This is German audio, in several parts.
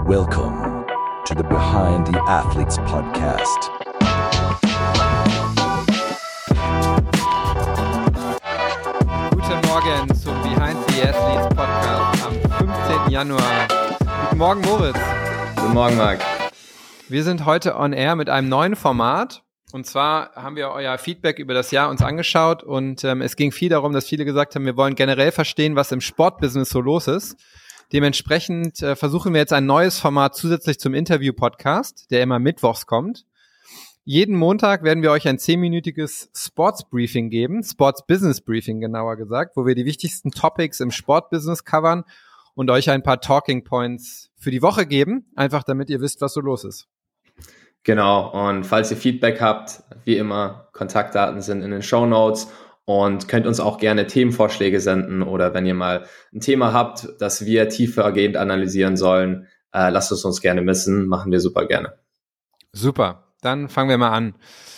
Welcome to the Behind the Athletes Podcast. Guten Morgen zum Behind the Athletes Podcast am 15. Januar. Guten Morgen, Moritz. Guten Morgen, Marc. Wir sind heute on air mit einem neuen Format. Und zwar haben wir euer Feedback über das Jahr uns angeschaut und es ging viel darum, dass viele gesagt haben, wir wollen generell verstehen, was im Sportbusiness so los ist. Dementsprechend versuchen wir jetzt ein neues Format zusätzlich zum Interview-Podcast, der immer mittwochs kommt. Jeden Montag werden wir euch ein 10-minütiges Sports-Briefing geben, Sports-Business-Briefing genauer gesagt, wo wir die wichtigsten Topics im Sportbusiness covern und euch ein paar Talking Points für die Woche geben, einfach damit ihr wisst, was so los ist. Genau, und falls ihr Feedback habt, wie immer, Kontaktdaten sind in den Shownotes und könnt uns auch gerne Themenvorschläge senden oder wenn ihr mal ein Thema habt, das wir tiefergehend analysieren sollen, lasst es uns gerne wissen, machen wir super gerne. Super, dann fangen wir mal an.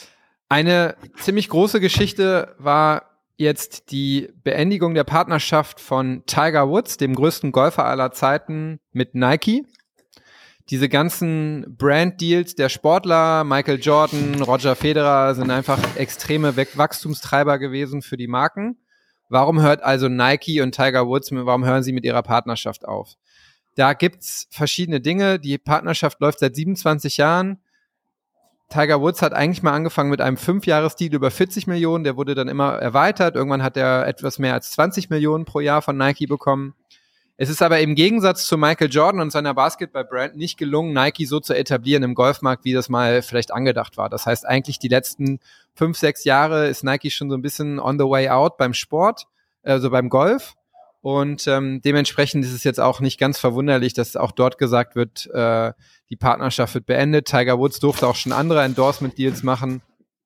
Eine ziemlich große Geschichte war jetzt die Beendigung der Partnerschaft von Tiger Woods, dem größten Golfer aller Zeiten, mit Nike. Diese ganzen Brand-Deals der Sportler, Michael Jordan, Roger Federer, sind einfach extreme Wachstumstreiber gewesen für die Marken. Warum hört also Nike und Tiger Woods, warum hören sie mit ihrer Partnerschaft auf? Da gibt's verschiedene Dinge. Die Partnerschaft läuft seit 27 Jahren. Tiger Woods hat eigentlich mal angefangen mit einem 5-Jahres-Deal über 40 Millionen. Der wurde dann immer erweitert. Irgendwann hat er etwas mehr als 20 Millionen pro Jahr von Nike bekommen. Es ist aber im Gegensatz zu Michael Jordan und seiner Basketball-Brand nicht gelungen, Nike so zu etablieren im Golfmarkt, wie das mal vielleicht angedacht war. Das heißt, eigentlich die letzten 5-6 Jahre ist Nike schon so ein bisschen on the way out beim Sport, also beim Golf. Und dementsprechend ist es jetzt auch nicht ganz verwunderlich, dass auch dort gesagt wird, die Partnerschaft wird beendet. Tiger Woods durfte auch schon andere Endorsement-Deals machen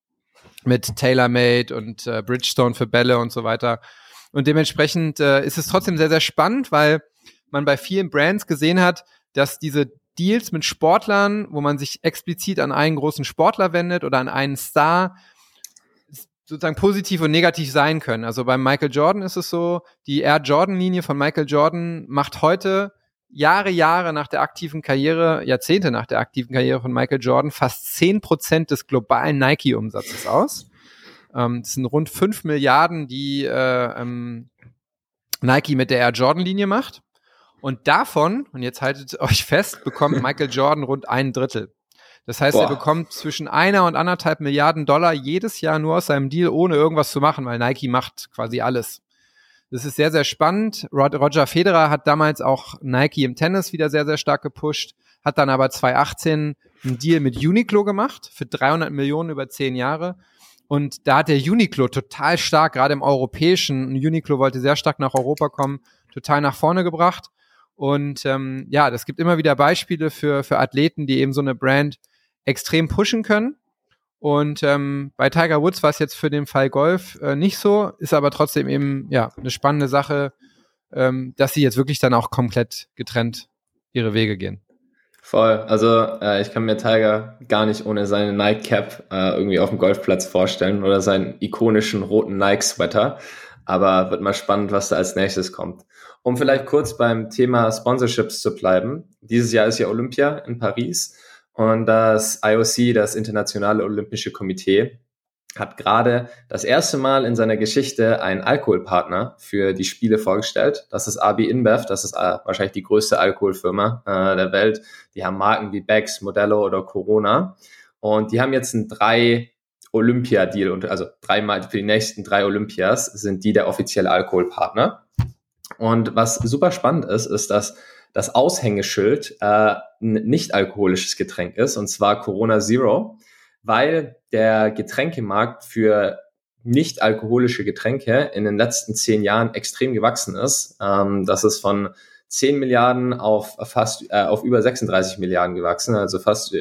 mit TaylorMade und Bridgestone für Bälle und so weiter. Und dementsprechend ist es trotzdem sehr, sehr spannend, weil man bei vielen Brands gesehen hat, dass diese Deals mit Sportlern, wo man sich explizit an einen großen Sportler wendet oder an einen Star, sozusagen positiv und negativ sein können. Also beim Michael Jordan ist es so, die Air Jordan-Linie von Michael Jordan macht heute Jahre nach der aktiven Karriere, Jahrzehnte nach der aktiven Karriere von Michael Jordan fast 10% des globalen Nike-Umsatzes aus. Das sind rund 5 Milliarden, die Nike mit der Air Jordan-Linie macht. Und davon, und jetzt haltet euch fest, bekommt Michael Jordan rund 1/3. Das heißt, er bekommt zwischen 1 und 1,5 Milliarden Dollar jedes Jahr nur aus seinem Deal, ohne irgendwas zu machen, weil Nike macht quasi alles. Das ist sehr, sehr spannend. Roger Federer hat damals auch Nike im Tennis wieder sehr, sehr stark gepusht, hat dann aber 2018 einen Deal mit Uniqlo gemacht für 300 Millionen über 10 Jahre. Und da hat der Uniqlo total stark, gerade im Europäischen, Uniqlo wollte sehr stark nach Europa kommen, total nach vorne gebracht. Und das gibt immer wieder Beispiele für Athleten, die eben so eine Brand extrem pushen können. Und bei Tiger Woods war es jetzt für den Fall Golf nicht so, ist aber trotzdem eben eine spannende Sache, dass sie jetzt wirklich dann auch komplett getrennt ihre Wege gehen. Voll, also ich kann mir Tiger gar nicht ohne seine Nike-Cap irgendwie auf dem Golfplatz vorstellen oder seinen ikonischen roten Nike-Sweater, aber wird mal spannend, was da als nächstes kommt. Um vielleicht kurz beim Thema Sponsorships zu bleiben, dieses Jahr ist ja Olympia in Paris und das IOC, das Internationale Olympische Komitee, hat gerade das erste Mal in seiner Geschichte einen Alkoholpartner für die Spiele vorgestellt. Das ist AB InBev, das ist wahrscheinlich die größte Alkoholfirma der Welt. Die haben Marken wie Beck's, Modelo oder Corona. Und die haben jetzt einen 3-Olympia-Deal, also 3-mal für die nächsten 3 Olympias sind die der offizielle Alkoholpartner. Und was super spannend ist, ist, dass das Aushängeschild ein nicht alkoholisches Getränk ist, und zwar Corona Zero, weil der Getränkemarkt für nicht alkoholische Getränke in den letzten 10 Jahren extrem gewachsen ist. Das ist von 10 Milliarden auf über 36 Milliarden gewachsen, also fast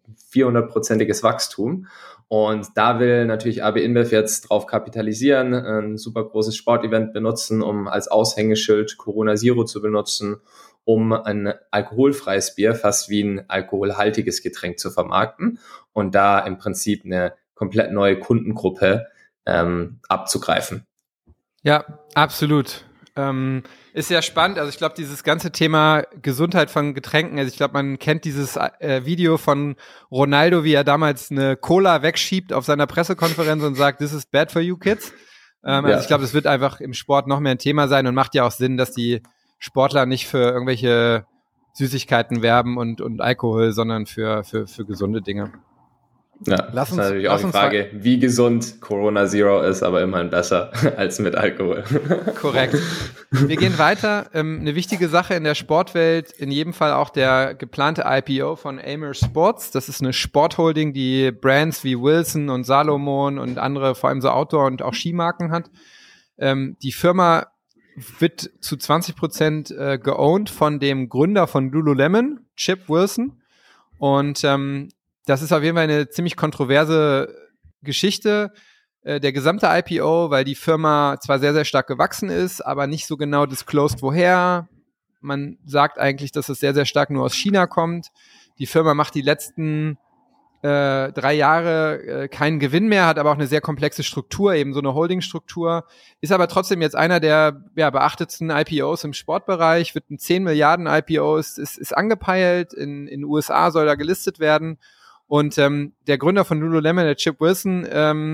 400%iges Wachstum. Und da will natürlich AB InBev jetzt drauf kapitalisieren, ein super großes Sportevent benutzen, um als Aushängeschild Corona Zero zu benutzen, um ein alkoholfreies Bier, fast wie ein alkoholhaltiges Getränk zu vermarkten und da im Prinzip eine komplett neue Kundengruppe abzugreifen. Ja, absolut. Ist sehr spannend. Also ich glaube, dieses ganze Thema Gesundheit von Getränken, also ich glaube, man kennt dieses Video von Ronaldo, wie er damals eine Cola wegschiebt auf seiner Pressekonferenz und sagt, this is bad for you kids. Also ich glaube, das wird einfach im Sport noch mehr ein Thema sein und macht ja auch Sinn, dass die Sportler nicht für irgendwelche Süßigkeiten werben und Alkohol, sondern für gesunde Dinge. Ja, das ist natürlich auch die Frage, wie gesund Corona Zero ist, aber immerhin besser als mit Alkohol. Korrekt. Wir gehen weiter. Eine wichtige Sache in der Sportwelt, in jedem Fall auch der geplante IPO von Amer Sports. Das ist eine Sportholding, die Brands wie Wilson und Salomon und andere, vor allem so Outdoor- und auch Skimarken hat. Die Firma wird zu 20% geowned von dem Gründer von Lululemon, Chip Wilson. Und das ist auf jeden Fall eine ziemlich kontroverse Geschichte, der gesamte IPO, weil die Firma zwar sehr, sehr stark gewachsen ist, aber nicht so genau disclosed, woher. Man sagt eigentlich, dass es sehr, sehr stark nur aus China kommt. Die Firma macht die letzten 3 Jahre keinen Gewinn mehr, hat aber auch eine sehr komplexe Struktur, eben so eine Holdingstruktur, ist aber trotzdem jetzt einer der beachtetsten IPOs im Sportbereich, wird ein 10 Milliarden IPO, ist angepeilt, in den USA soll da gelistet werden. Und der Gründer von Lululemon, der Chip Wilson,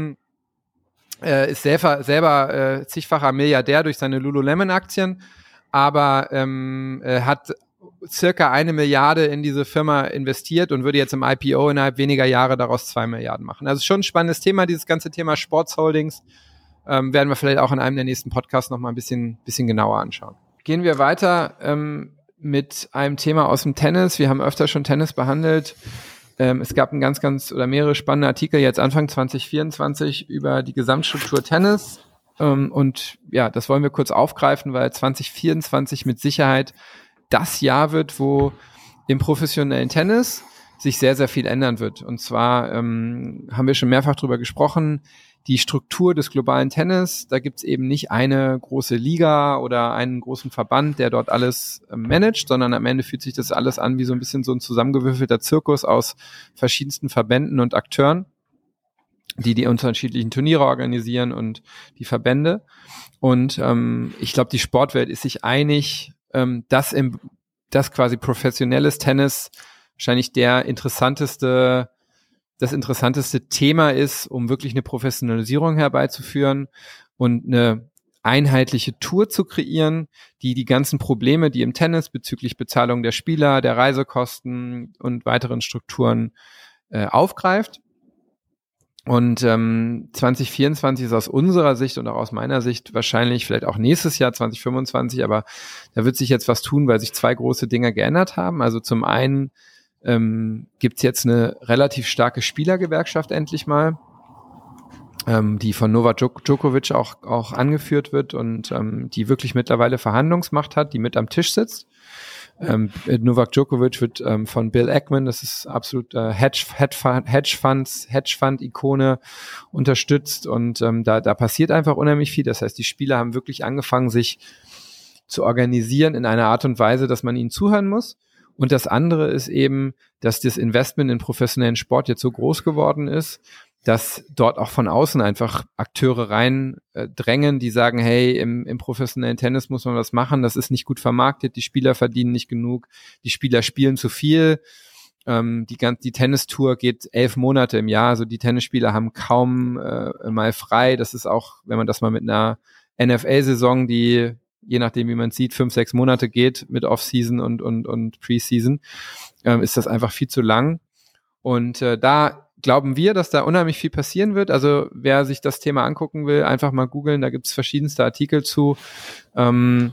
ist selber zigfacher Milliardär durch seine Lululemon-Aktien, aber hat circa 1 Milliarde in diese Firma investiert und würde jetzt im IPO innerhalb weniger Jahre daraus 2 Milliarden machen. Also schon ein spannendes Thema, dieses ganze Thema Sportsholdings. Werden wir vielleicht auch in einem der nächsten Podcasts noch mal ein bisschen genauer anschauen. Gehen wir weiter mit einem Thema aus dem Tennis. Wir haben öfter schon Tennis behandelt. Es gab ein ganz oder mehrere spannende Artikel jetzt Anfang 2024 über die Gesamtstruktur Tennis. Und ja, das wollen wir kurz aufgreifen, weil 2024 mit Sicherheit das Jahr wird, wo im professionellen Tennis sich sehr, sehr viel ändern wird. Und zwar haben wir schon mehrfach drüber gesprochen, die Struktur des globalen Tennis, da gibt's eben nicht eine große Liga oder einen großen Verband, der dort alles managt, sondern am Ende fühlt sich das alles an wie so ein bisschen so ein zusammengewürfelter Zirkus aus verschiedensten Verbänden und Akteuren, die unterschiedlichen Turniere organisieren und die Verbände. Und ich glaube, die Sportwelt ist sich einig, dass quasi professionelles Tennis wahrscheinlich das interessanteste Thema ist, um wirklich eine Professionalisierung herbeizuführen und eine einheitliche Tour zu kreieren, die ganzen Probleme, die im Tennis bezüglich Bezahlung der Spieler, der Reisekosten und weiteren Strukturen aufgreift. Und 2024 ist aus unserer Sicht und auch aus meiner Sicht wahrscheinlich vielleicht auch nächstes Jahr 2025, aber da wird sich jetzt was tun, weil sich 2 große Dinge geändert haben. Also zum einen gibt's jetzt eine relativ starke Spielergewerkschaft endlich mal, die von Novak Djokovic auch angeführt wird und die wirklich mittlerweile Verhandlungsmacht hat, die mit am Tisch sitzt. Novak Djokovic wird von Bill Ackman, das ist absolut Hedgefund-Ikone, unterstützt und da passiert einfach unheimlich viel. Das heißt, die Spieler haben wirklich angefangen, sich zu organisieren in einer Art und Weise, dass man ihnen zuhören muss. Und das andere ist eben, dass das Investment in professionellen Sport jetzt so groß geworden ist, dass dort auch von außen einfach Akteure rein drängen, die sagen, hey, im professionellen Tennis muss man was machen, das ist nicht gut vermarktet, die Spieler verdienen nicht genug, die Spieler spielen zu viel, die Tennistour geht 11 Monate im Jahr, also die Tennisspieler haben kaum mal frei, das ist auch, wenn man das mal mit einer NFL-Saison, die je nachdem, wie man sieht, 5-6 Monate geht mit Off-Season und Pre-Season, ist das einfach viel zu lang. Und da glauben wir, dass da unheimlich viel passieren wird. Also wer sich das Thema angucken will, einfach mal googeln, da gibt's verschiedenste Artikel zu. Da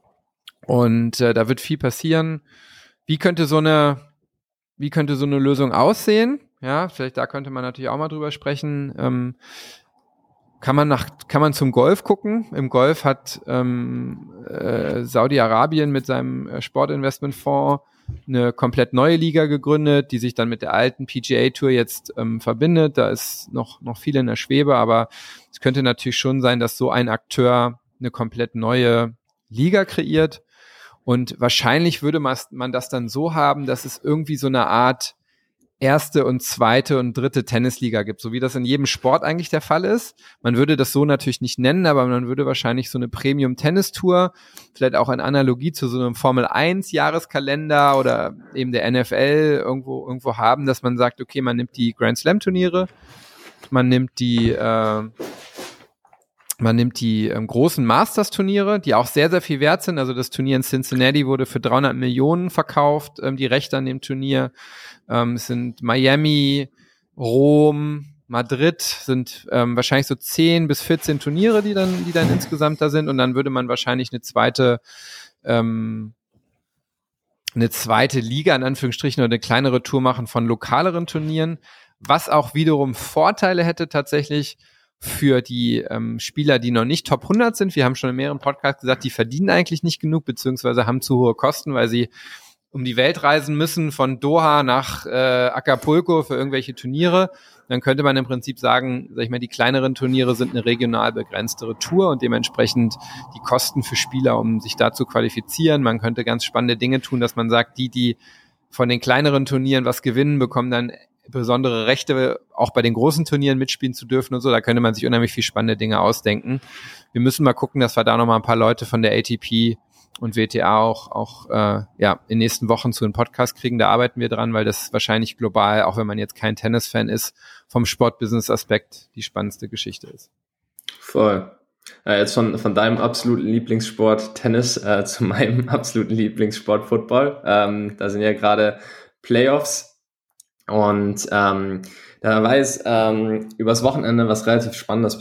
wird viel passieren. Wie könnte so eine Lösung aussehen? Ja, vielleicht da könnte man natürlich auch mal drüber sprechen. Kann man zum Golf gucken. Im Golf hat Saudi-Arabien mit seinem Sportinvestmentfonds eine komplett neue Liga gegründet, die sich dann mit der alten PGA-Tour jetzt verbindet. Da ist noch viel in der Schwebe, aber es könnte natürlich schon sein, dass so ein Akteur eine komplett neue Liga kreiert. Und wahrscheinlich würde man das dann so haben, dass es irgendwie so eine Art erste und zweite und dritte Tennisliga gibt, so wie das in jedem Sport eigentlich der Fall ist. Man würde das so natürlich nicht nennen, aber man würde wahrscheinlich so eine Premium-Tennis-Tour, vielleicht auch in Analogie zu so einem Formel-1-Jahreskalender oder eben der NFL irgendwo haben, dass man sagt, okay, man nimmt die Grand-Slam-Turniere, man nimmt die großen Masters-Turniere, die auch sehr, sehr viel wert sind. Also das Turnier in Cincinnati wurde für 300 Millionen verkauft, die Rechte an dem Turnier. Es sind Miami, Rom, Madrid, sind wahrscheinlich so 10 bis 14 Turniere, die dann insgesamt da sind. Und dann würde man wahrscheinlich eine zweite Liga, in Anführungsstrichen, oder eine kleinere Tour machen von lokaleren Turnieren, was auch wiederum Vorteile hätte tatsächlich für die Spieler, die noch nicht Top 100 sind. Wir haben schon in mehreren Podcasts gesagt, die verdienen eigentlich nicht genug, beziehungsweise haben zu hohe Kosten, weil sie um die Welt reisen müssen, von Doha nach Acapulco für irgendwelche Turniere. Dann könnte man im Prinzip sagen, sag ich mal, die kleineren Turniere sind eine regional begrenztere Tour und dementsprechend die Kosten für Spieler, um sich da zu qualifizieren. Man könnte ganz spannende Dinge tun, dass man sagt, die von den kleineren Turnieren was gewinnen, bekommen dann besondere Rechte, auch bei den großen Turnieren mitspielen zu dürfen und so. Da könnte man sich unheimlich viel spannende Dinge ausdenken. Wir müssen mal gucken, dass wir da nochmal ein paar Leute von der ATP und WTA auch in den nächsten Wochen zu einem Podcast kriegen. Da arbeiten wir dran, weil das wahrscheinlich global, auch wenn man jetzt kein Tennis-Fan ist, vom Sport-Business-Aspekt die spannendste Geschichte ist. Voll. Jetzt von deinem absoluten Lieblingssport Tennis zu meinem absoluten Lieblingssport Football. Da sind ja gerade Playoffs. Und da weiß übers Wochenende was relativ Spannendes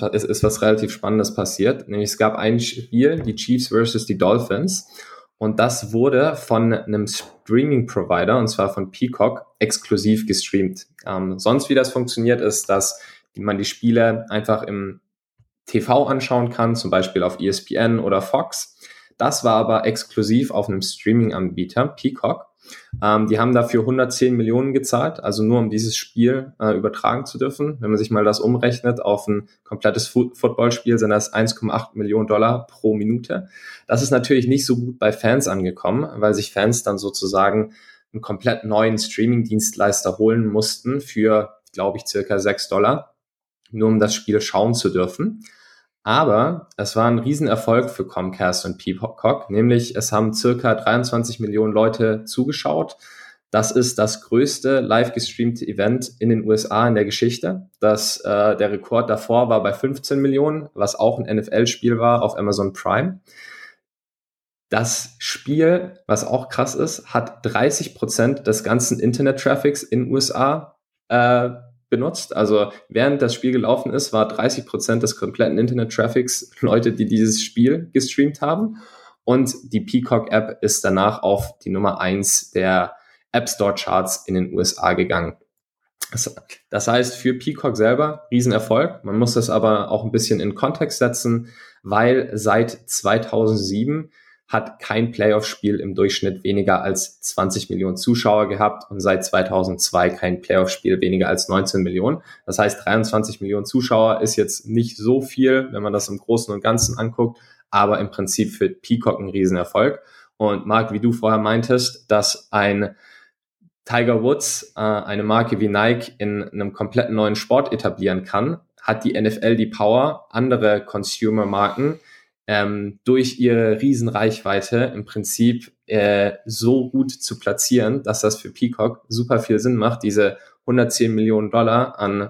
passiert. Nämlich es gab ein Spiel, die Chiefs versus die Dolphins. Und das wurde von einem Streaming-Provider, und zwar von Peacock, exklusiv gestreamt. Sonst wie das funktioniert, ist, dass man die Spiele einfach im TV anschauen kann, zum Beispiel auf ESPN oder Fox. Das war aber exklusiv auf einem Streaming-Anbieter, Peacock. Die haben dafür 110 Millionen gezahlt, also nur um dieses Spiel übertragen zu dürfen. Wenn man sich mal das umrechnet auf ein komplettes Footballspiel, sind das 1,8 Millionen Dollar pro Minute. Das ist natürlich nicht so gut bei Fans angekommen, weil sich Fans dann sozusagen einen komplett neuen Streaming-Dienstleister holen mussten für, glaube ich, circa $6, nur um das Spiel schauen zu dürfen. Aber es war ein Riesenerfolg für Comcast und Peacock, nämlich es haben circa 23 Millionen Leute zugeschaut. Das ist das größte live gestreamte Event in den USA in der Geschichte. Der Rekord davor war bei 15 Millionen, was auch ein NFL-Spiel war auf Amazon Prime. Das Spiel, was auch krass ist, hat 30% des ganzen Internet-Traffics in den USA benutzt. Also während das Spiel gelaufen ist, war 30% des kompletten Internet-Traffics Leute, die dieses Spiel gestreamt haben. Und die Peacock-App ist danach auf die Nummer 1 der App Store-Charts in den USA gegangen. Das heißt, für Peacock selber Riesenerfolg. Man muss das aber auch ein bisschen in Kontext setzen, weil seit 2007 hat kein Playoff-Spiel im Durchschnitt weniger als 20 Millionen Zuschauer gehabt und seit 2002 kein Playoff-Spiel weniger als 19 Millionen. Das heißt, 23 Millionen Zuschauer ist jetzt nicht so viel, wenn man das im Großen und Ganzen anguckt, aber im Prinzip für Peacock ein Riesenerfolg. Und Marc, wie du vorher meintest, dass ein Tiger Woods eine Marke wie Nike in einem komplett neuen Sport etablieren kann, hat die NFL die Power, andere Consumer-Marken durch ihre Riesenreichweite im Prinzip so gut zu platzieren, dass das für Peacock super viel Sinn macht, diese 110 Millionen Dollar an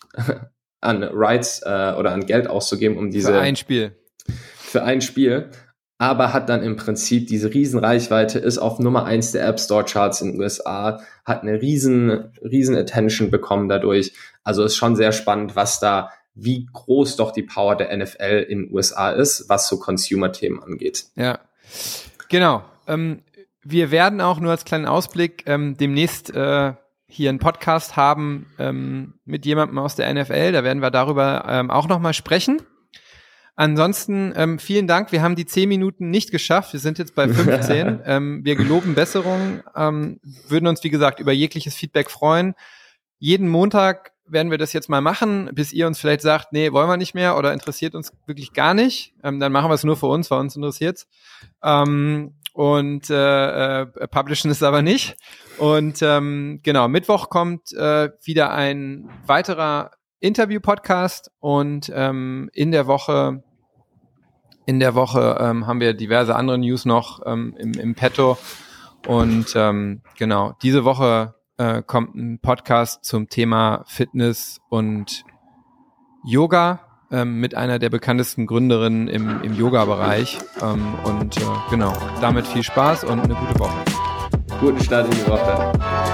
Rights oder an Geld auszugeben, um diese... Für ein Spiel. Aber hat dann im Prinzip diese Riesenreichweite, ist auf Nummer 1 der App Store Charts in den USA, hat eine riesen Attention bekommen dadurch. Also ist schon sehr spannend, wie groß doch die Power der NFL in den USA ist, was so Consumer-Themen angeht. Ja, genau. Wir werden auch nur als kleinen Ausblick demnächst hier einen Podcast haben mit jemandem aus der NFL. Da werden wir darüber auch nochmal sprechen. Ansonsten vielen Dank. Wir haben die 10 Minuten nicht geschafft. Wir sind jetzt bei 15. Wir geloben Besserung. Würden uns, wie gesagt, über jegliches Feedback freuen. Jeden Montag werden wir das jetzt mal machen, bis ihr uns vielleicht sagt, nee, wollen wir nicht mehr oder interessiert uns wirklich gar nicht. Dann machen wir es nur für uns, weil uns interessiert's. Publishen es aber nicht. Und genau, Mittwoch kommt wieder ein weiterer Interview-Podcast und in der Woche haben wir diverse andere News noch im Petto. Und genau, diese Woche kommt ein Podcast zum Thema Fitness und Yoga mit einer der bekanntesten Gründerinnen im Yoga-Bereich. Genau, damit viel Spaß und eine gute Woche. Guten Start in die Woche.